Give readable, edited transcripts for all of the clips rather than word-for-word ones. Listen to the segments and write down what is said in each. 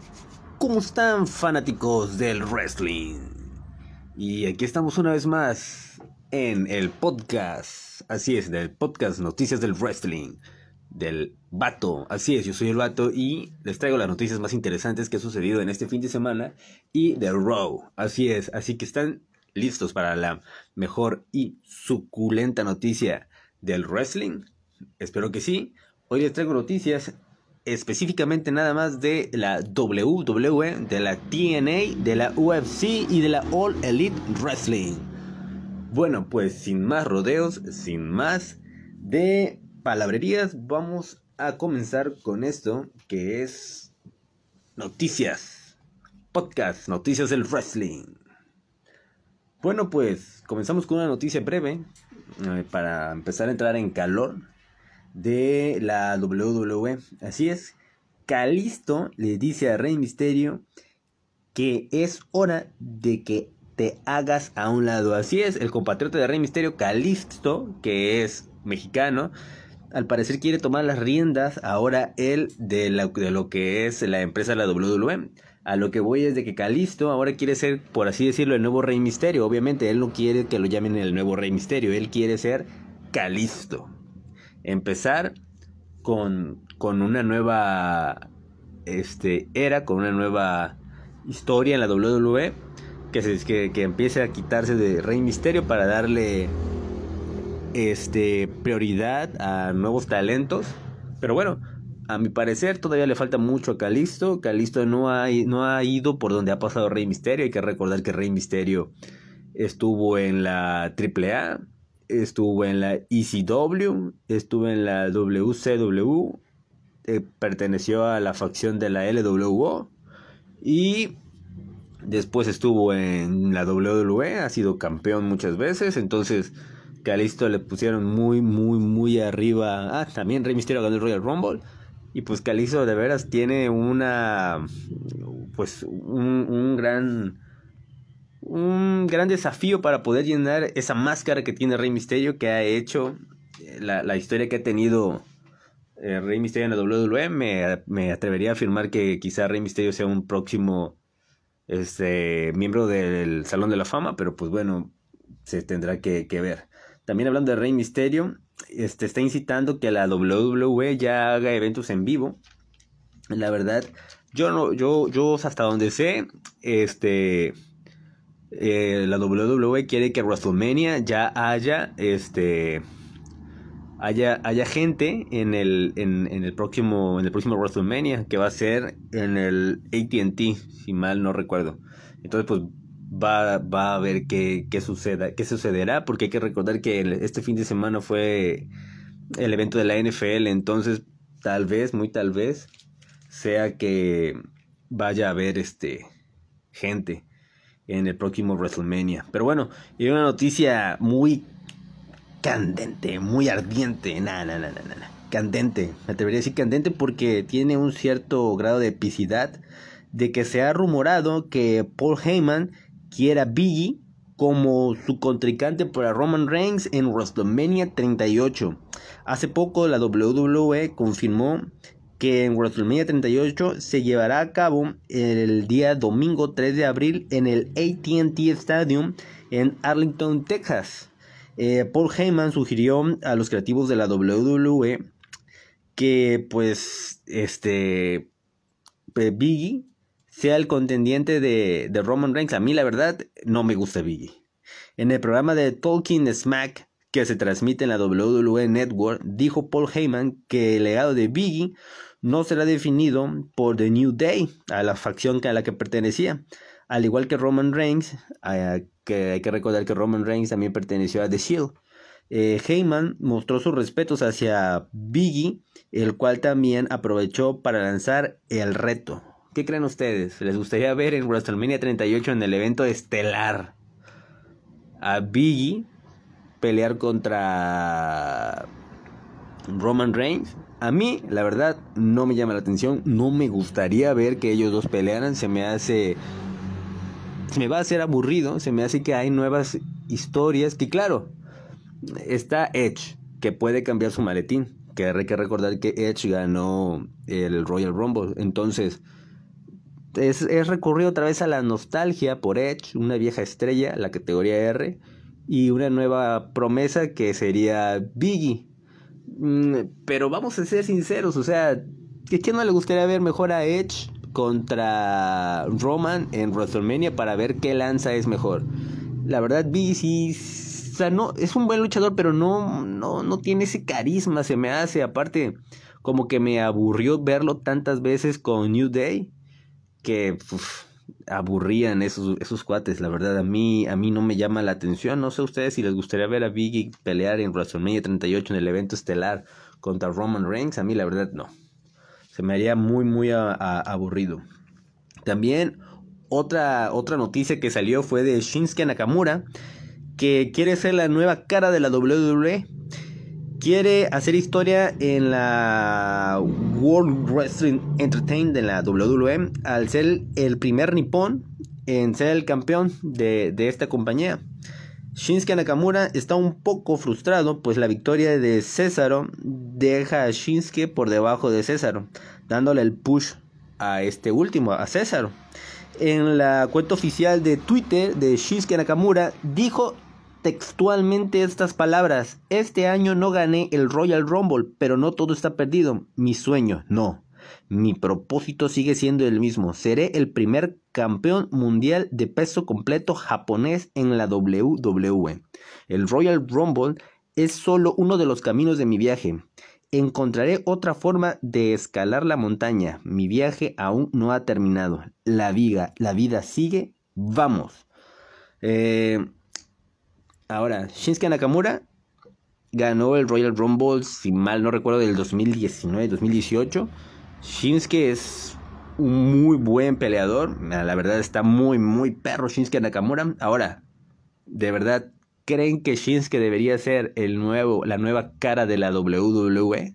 ¿Cómo están, fanáticos del wrestling? Y aquí estamos una vez más en el podcast. Así es, del podcast Noticias del Wrestling del Vato. Así es, yo soy el Vato y les traigo las noticias más interesantes que ha sucedido en este fin de semana y de Raw. Así es, así que están listos para la mejor y suculenta noticia del wrestling. Espero que sí. Hoy les traigo noticias específicamente nada más de la WWE, de la TNA, de la UFC y de la All Elite Wrestling. Bueno, pues sin más rodeos, sin más de palabrerías, vamos a comenzar con esto que es noticias, podcast, noticias del wrestling. Bueno, pues comenzamos con una noticia breve para empezar a entrar en calor de la WWE. Así es, Kalisto le dice a Rey Mysterio que es hora de que te hagas a un lado. Así es, el compatriota de Rey Mysterio, Kalisto, que es mexicano, al parecer quiere tomar las riendas ahora él de lo que es la empresa de la WWE. A lo que voy es de que Kalisto ahora quiere ser, por así decirlo, el nuevo Rey Mysterio. Obviamente él no quiere que lo llamen el nuevo Rey Mysterio, él quiere ser Kalisto. Empezar con una nueva era, con una nueva historia en la WWE, que empiece a quitarse de Rey Mysterio para darle prioridad a nuevos talentos. Pero bueno, a mi parecer todavía le falta mucho a Kalisto. Kalisto no ha ido por donde ha pasado Rey Mysterio. Hay que recordar que Rey Mysterio estuvo en la AAA, estuvo en la ECW, estuvo en la WCW, perteneció a la facción de la LWO y después estuvo en la WWE, ha sido campeón muchas veces. Entonces Kalisto le pusieron muy arriba. También Rey Mysterio ganó el Royal Rumble. Y pues Kalisto de veras tiene un gran desafío para poder llenar esa máscara que tiene Rey Mysterio, que ha hecho la historia que ha tenido Rey Mysterio en la WWE. Me atrevería a afirmar que quizá Rey Mysterio sea un próximo miembro del Salón de la Fama, pero pues bueno, se tendrá que ver. También hablando de Rey Mysterio, está incitando que la WWE ya haga eventos en vivo. La verdad, yo hasta donde sé, la WWE quiere que WrestleMania ya haya gente en el próximo WrestleMania, que va a ser en el AT&T, si mal no recuerdo. Entonces pues va a ver qué sucederá, porque hay que recordar que este fin de semana fue el evento de la NFL. Entonces muy tal vez sea que vaya a haber gente en el próximo WrestleMania. Pero bueno, y una noticia muy candente, muy ardiente, candente, me atrevería a decir candente porque tiene un cierto grado de epicidad, de que se ha rumorado que Paul Heyman quiera Biggie como su contrincante para Roman Reigns en WrestleMania 38. Hace poco la WWE confirmó que en WrestleMania 38 se llevará a cabo el día domingo 3 de abril en el AT&T Stadium en Arlington, Texas. Paul Heyman sugirió a los creativos de la WWE que pues Biggie sea el contendiente de Roman Reigns. A mí la verdad no me gusta Biggie. En el programa de Talking Smack que se transmite en la WWE Network, dijo Paul Heyman que el legado de Biggie no será definido por The New Day, a la facción a la que pertenecía, al igual que Roman Reigns, que hay que recordar que Roman Reigns también perteneció a The Shield. Heyman mostró sus respetos hacia Biggie, el cual también aprovechó para lanzar el reto. ¿Qué creen ustedes? ¿Les gustaría ver en WrestleMania 38, en el evento estelar, a Biggie pelear contra Roman Reigns? A mí, la verdad, no me llama la atención. No me gustaría ver que ellos dos pelearan. Se me va a hacer aburrido. Se me hace que hay nuevas historias. Que claro, está Edge, que puede cambiar su maletín. Que hay que recordar que Edge ganó el Royal Rumble. Entonces es recurrir otra vez a la nostalgia por Edge, una vieja estrella, la categoría R, y una nueva promesa que sería Biggie. Pero vamos a ser sinceros, o sea, ¿a quién no le gustaría ver mejor a Edge contra Roman en WrestleMania para ver qué lanza es mejor? La verdad, Biggie sí, o sea, no, es un buen luchador, pero no tiene ese carisma, se me hace. Aparte, como que me aburrió verlo tantas veces con New Day, que aburrían esos cuates. La verdad, a mí no me llama la atención. No sé a ustedes si les gustaría ver a Biggie pelear en WrestleMania 38 en el evento estelar contra Roman Reigns. A mí la verdad no. Se me haría muy aburrido. También otra noticia que salió fue de Shinsuke Nakamura, que quiere ser la nueva cara de la WWE. Quiere hacer historia en la World Wrestling Entertainment de la WWE al ser el primer nipón en ser el campeón de esta compañía. Shinsuke Nakamura está un poco frustrado, pues la victoria de Cesaro deja a Shinsuke por debajo de Cesaro, dándole el push a este último, a Cesaro. En la cuenta oficial de Twitter de Shinsuke Nakamura dijo textualmente estas palabras: este año no gané el Royal Rumble, pero no todo está perdido. Mi sueño, no. Mi propósito sigue siendo el mismo. Seré el primer campeón mundial de peso completo japonés en la WWE. El Royal Rumble es solo uno de los caminos de mi viaje. Encontraré otra forma de escalar la montaña. Mi viaje aún no ha terminado. La vida sigue. Vamos. Ahora, Shinsuke Nakamura ganó el Royal Rumble, si mal no recuerdo, del 2019-2018. Shinsuke es un muy buen peleador. La verdad está muy perro Shinsuke Nakamura. Ahora, ¿de verdad creen que Shinsuke debería ser la nueva cara de la WWE?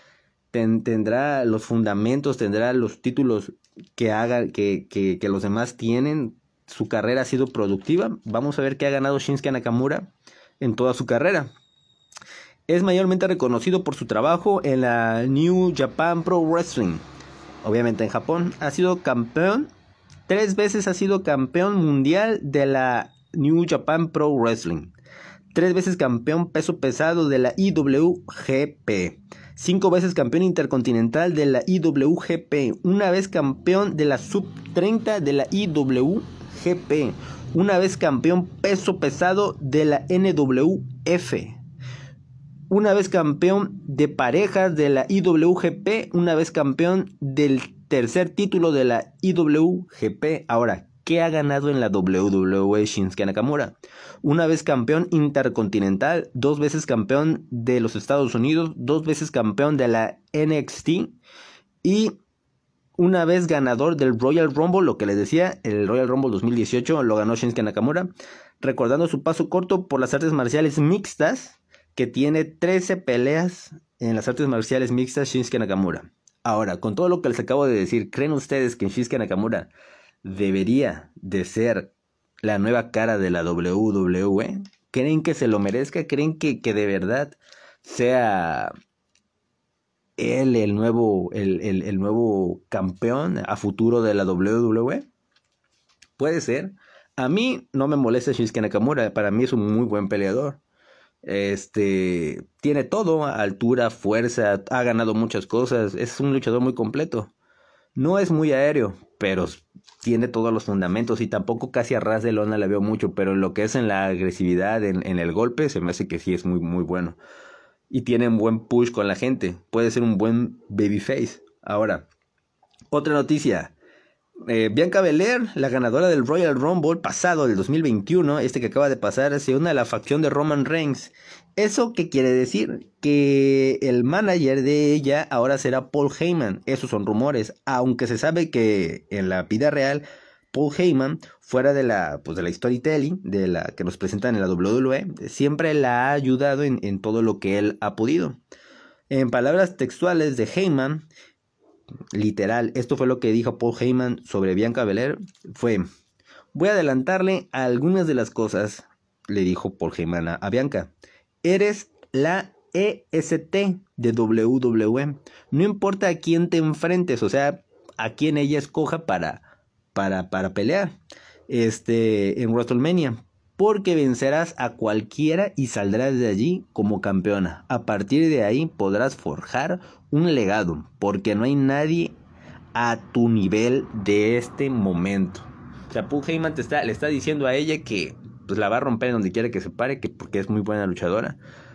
¿Tendrá los fundamentos, tendrá los títulos que hagan que los demás tienen? ¿Su carrera ha sido productiva? Vamos a ver qué ha ganado Shinsuke Nakamura en toda su carrera. Es mayormente reconocido por su trabajo en la New Japan Pro Wrestling. Obviamente en Japón. Ha sido campeón. 3 veces ha sido campeón mundial de la New Japan Pro Wrestling. 3 veces campeón peso pesado de la IWGP. 5 veces campeón intercontinental de la IWGP. 1 vez campeón de la Sub 30 de la IWGP. 1 vez campeón peso pesado de la NWF. 1 vez campeón de parejas de la IWGP. 1 vez campeón del tercer título de la IWGP. Ahora, ¿qué ha ganado en la WWE Shinsuke Nakamura? 1 vez campeón intercontinental. 2 veces campeón de los Estados Unidos. 2 veces campeón de la NXT. Y 1 vez ganador del Royal Rumble. Lo que les decía, el Royal Rumble 2018 lo ganó Shinsuke Nakamura, recordando su paso corto por las artes marciales mixtas, que tiene 13 peleas en las artes marciales mixtas Shinsuke Nakamura. Ahora, con todo lo que les acabo de decir, ¿creen ustedes que Shinsuke Nakamura debería de ser la nueva cara de la WWE? ¿Creen que se lo merezca? ¿Creen que de verdad sea él el nuevo campeón a futuro de la WWE? Puede ser. A mí no me molesta Shinsuke Nakamura. Para mí es un muy buen peleador. Tiene todo: altura, fuerza, ha ganado muchas cosas, es un luchador muy completo. No es muy aéreo, pero tiene todos los fundamentos, y tampoco casi a ras de lona le veo mucho, pero lo que es en la agresividad, en el golpe, se me hace que sí es muy bueno. Y tiene un buen push con la gente, puede ser un buen babyface. Ahora, otra noticia. Bianca Belair, la ganadora del Royal Rumble pasado del 2021, que acaba de pasar, se une a la facción de Roman Reigns. ¿Eso qué quiere decir? Que el manager de ella ahora será Paul Heyman. Esos son rumores, aunque se sabe que en la vida real Paul Heyman, fuera de la storytelling de la que nos presentan en la WWE, siempre la ha ayudado en todo lo que él ha podido. En palabras textuales de Heyman, literal, esto fue lo que dijo Paul Heyman sobre Bianca Belair, fue: voy a adelantarle a algunas de las cosas, le dijo Paul Heyman a Bianca. Eres la EST de WWE. No importa a quién te enfrentes, o sea, a quién ella escoja para para pelear en WrestleMania, porque vencerás a cualquiera y saldrás de allí como campeona. A partir de ahí podrás forjar un legado, porque no hay nadie a tu nivel de este momento. O sea, Paul Heyman le está diciendo a ella que pues la va a romper donde quiera que se pare, que porque es muy buena luchadora.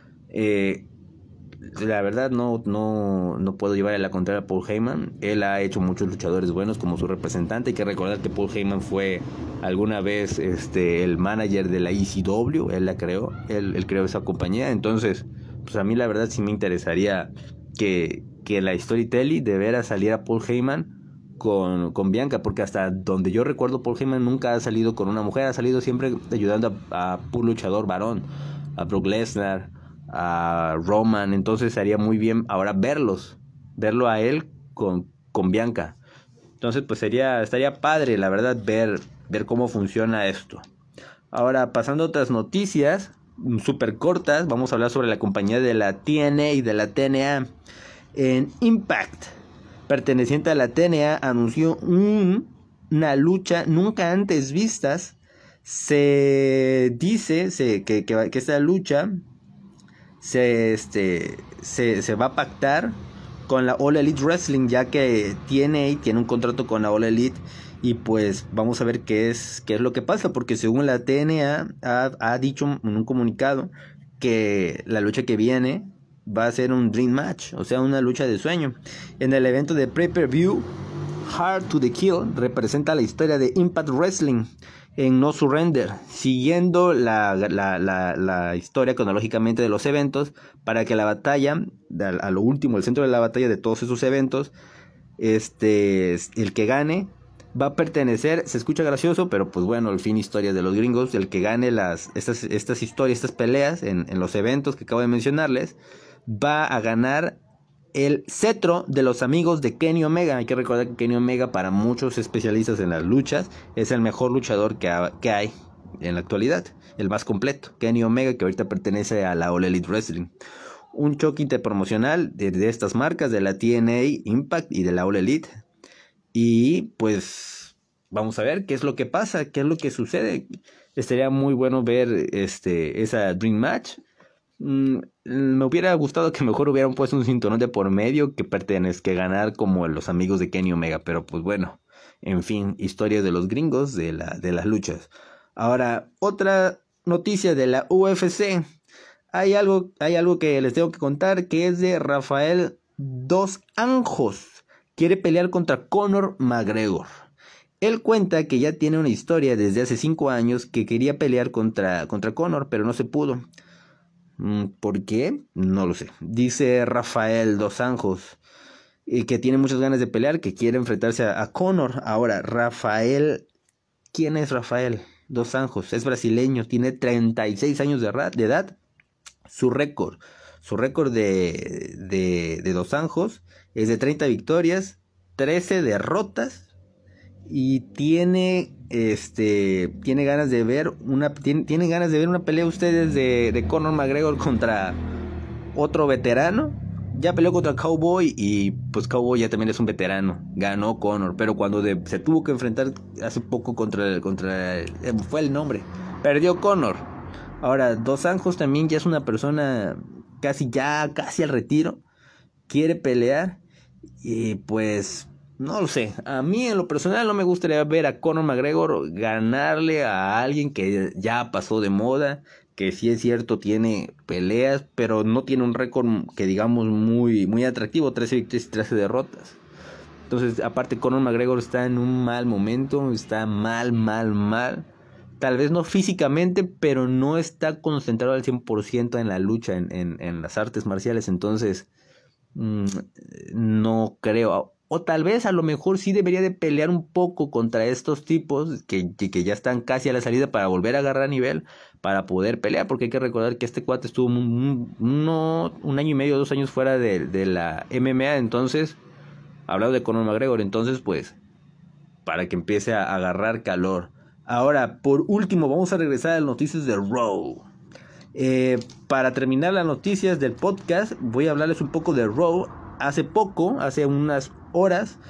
La verdad no puedo llevarle la contraria a Paul Heyman. Él ha hecho muchos luchadores buenos como su representante. Hay que recordar que Paul Heyman fue alguna vez el manager de la ECW. Él la creó, él creó esa compañía. Entonces, pues a mí la verdad sí me interesaría que la Storytelling de veras saliera Paul Heyman con Bianca, porque hasta donde yo recuerdo Paul Heyman nunca ha salido con una mujer, ha salido siempre ayudando a puro luchador varón, a Brock Lesnar, a Roman. Entonces haría muy bien ahora verlo a él con Bianca. Entonces pues estaría padre la verdad ver cómo funciona esto. Ahora pasando a otras noticias súper cortas, vamos a hablar sobre la compañía de la TNA y de la TNA. En Impact, perteneciente a la TNA, anunció una lucha nunca antes vistas. Se dice que esta lucha se va a pactar con la All Elite Wrestling, ya que TNA tiene un contrato con la All Elite. Y pues vamos a ver qué es lo que pasa, porque según la TNA ha dicho en un comunicado que la lucha que viene va a ser un Dream Match, o sea, una lucha de sueño. En el evento de Pay-Per-View, Hard to the Kill representa la historia de Impact Wrestling en No Surrender, siguiendo la historia cronológicamente de los eventos, para que la batalla, a lo último, el centro de la batalla de todos esos eventos, el que gane va a pertenecer, se escucha gracioso, pero pues bueno, al fin historias de los gringos, el que gane estas historias, estas peleas en los eventos que acabo de mencionarles, va a ganar el cetro de los amigos de Kenny Omega. Hay que recordar que Kenny Omega, para muchos especialistas en las luchas, es el mejor luchador que hay en la actualidad, el más completo. Kenny Omega, que ahorita pertenece a la All Elite Wrestling. Un choque interpromocional de estas marcas, de la TNA, Impact y de la All Elite. Y pues vamos a ver qué es lo que pasa, qué es lo que sucede. Estaría muy bueno ver esa Dream Match. Me hubiera gustado que mejor hubieran puesto un cinturón de por medio que ganar como los amigos de Kenny Omega, pero pues bueno, en fin, historias de los gringos de las luchas. Ahora, otra noticia de la UFC. Hay algo que les tengo que contar, que es de Rafael Dos Anjos. Quiere pelear contra Conor McGregor. Él cuenta que ya tiene una historia desde hace 5 años que quería pelear contra Conor, pero no se pudo. ¿Por qué? No lo sé. Dice Rafael Dos Anjos que tiene muchas ganas de pelear, que quiere enfrentarse a Conor. Ahora, Rafael, ¿quién es Rafael Dos Anjos? Es brasileño, tiene 36 años de edad. Su récord de Dos Anjos es de 30 victorias, 13 derrotas. Y tiene ganas de ver una pelea ustedes de Conor McGregor contra otro veterano. Ya peleó contra Cowboy y pues Cowboy ya también es un veterano. Ganó Conor, pero cuando se tuvo que enfrentar hace poco fue el nombre, perdió Conor. Ahora, Dos Anjos también ya es una persona casi al retiro. Quiere pelear y pues no lo sé. A mí en lo personal no me gustaría ver a Conor McGregor ganarle a alguien que ya pasó de moda, que sí es cierto tiene peleas, pero no tiene un récord que digamos muy, muy atractivo, 13 victorias y 13 derrotas. Entonces, aparte Conor McGregor está en un mal momento, está mal. Tal vez no físicamente, pero no está concentrado al 100% en la lucha, en las artes marciales. Entonces, no creo. O tal vez a lo mejor sí debería de pelear un poco contra estos tipos que ya están casi a la salida para volver a agarrar nivel, para poder pelear. Porque hay que recordar que este cuate estuvo un año y medio, 2 años fuera de la MMA. Entonces, hablado de Conor McGregor, entonces pues, para que empiece a agarrar calor. Ahora, por último, vamos a regresar a las noticias de Raw. Para terminar las noticias del podcast, voy a hablarles un poco de Raw. Hace unas horas,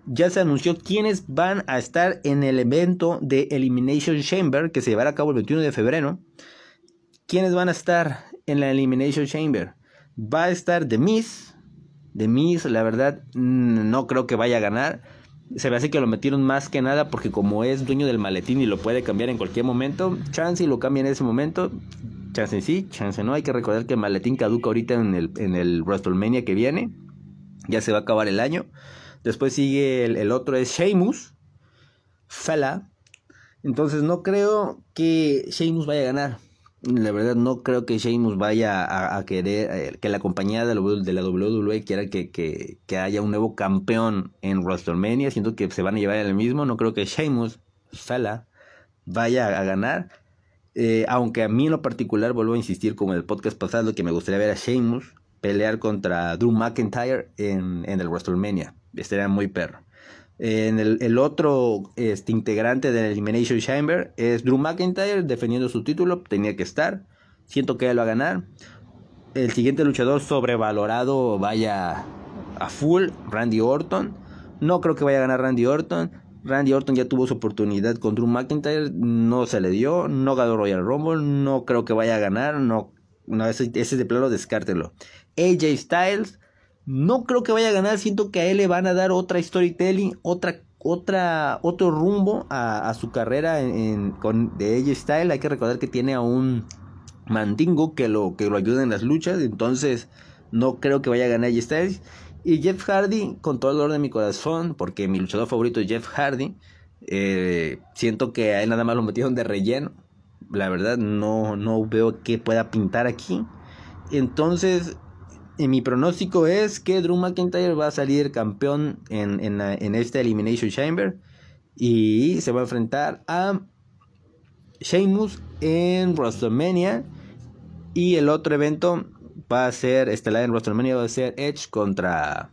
ya se anunció quiénes van a estar en el evento de Elimination Chamber que se llevará a cabo el 21 de febrero. ¿Quiénes van a estar en la Elimination Chamber? Va a estar The Miz. The Miz, la verdad, no creo que vaya a ganar. Se me hace que lo metieron más que nada porque como es dueño del maletín y lo puede cambiar en cualquier momento, chance y lo cambia en ese momento, chance sí, chance no. Hay que recordar que el maletín caduca ahorita en el WrestleMania que viene, ya se va a acabar el año. Después sigue el otro, es Sheamus, Fela. Entonces no creo que Sheamus vaya a ganar. La verdad no creo que Sheamus vaya a querer que la compañía de la WWE quiera que haya un nuevo campeón en WrestleMania. Siento que se van a llevar el mismo. No creo que Sheamus, Fela, vaya a ganar. Aunque a mí en lo particular, vuelvo a insistir como en el podcast pasado, que me gustaría ver a Sheamus pelear contra Drew McIntyre en el WrestleMania. Estaría muy perro. El otro integrante del Elimination Chamber es Drew McIntyre defendiendo su título. Tenía que estar. Siento que él va a ganar. El siguiente luchador sobrevalorado vaya a full, Randy Orton. No creo que vaya a ganar Randy Orton. Randy Orton ya tuvo su oportunidad con Drew McIntyre. No se le dio. No ganó Royal Rumble. No creo que vaya a ganar. No, ese de plano descártelo. AJ Styles. No creo que vaya a ganar, siento que a él le van a dar otra storytelling, otro rumbo a su carrera de AJ Styles. Hay que recordar que tiene a un mandingo que lo ayuda en las luchas, entonces no creo que vaya a ganar AJ Styles. Y Jeff Hardy, con todo el dolor de mi corazón, porque mi luchador favorito es Jeff Hardy, siento que a él nada más lo metieron de relleno. La verdad no veo qué pueda pintar aquí. Entonces mi pronóstico es que Drew McIntyre va a salir campeón en este Elimination Chamber y se va a enfrentar a Sheamus en WrestleMania. Y el otro evento va a ser estelar en WrestleMania, va a ser Edge contra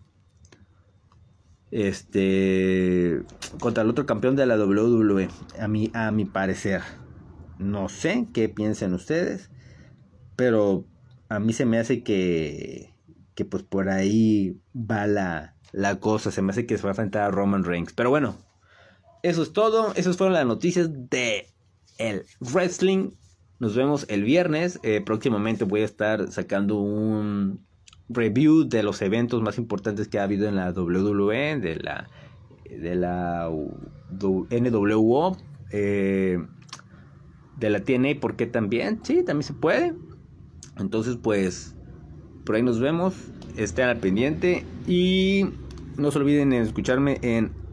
el otro campeón de la WWE. A mi parecer, no sé qué piensan ustedes, pero a mí se me hace que pues por ahí va la cosa. Se me hace que se va a enfrentar a Roman Reigns. Pero bueno, eso es todo. Esas fueron las noticias de el wrestling. Nos vemos el viernes. Próximamente voy a estar sacando un review de los eventos más importantes que ha habido en la WWE, de la NWO, de la TNA, porque también, sí, también se puede. Entonces pues por ahí nos vemos, estén al pendiente y no se olviden de escucharme en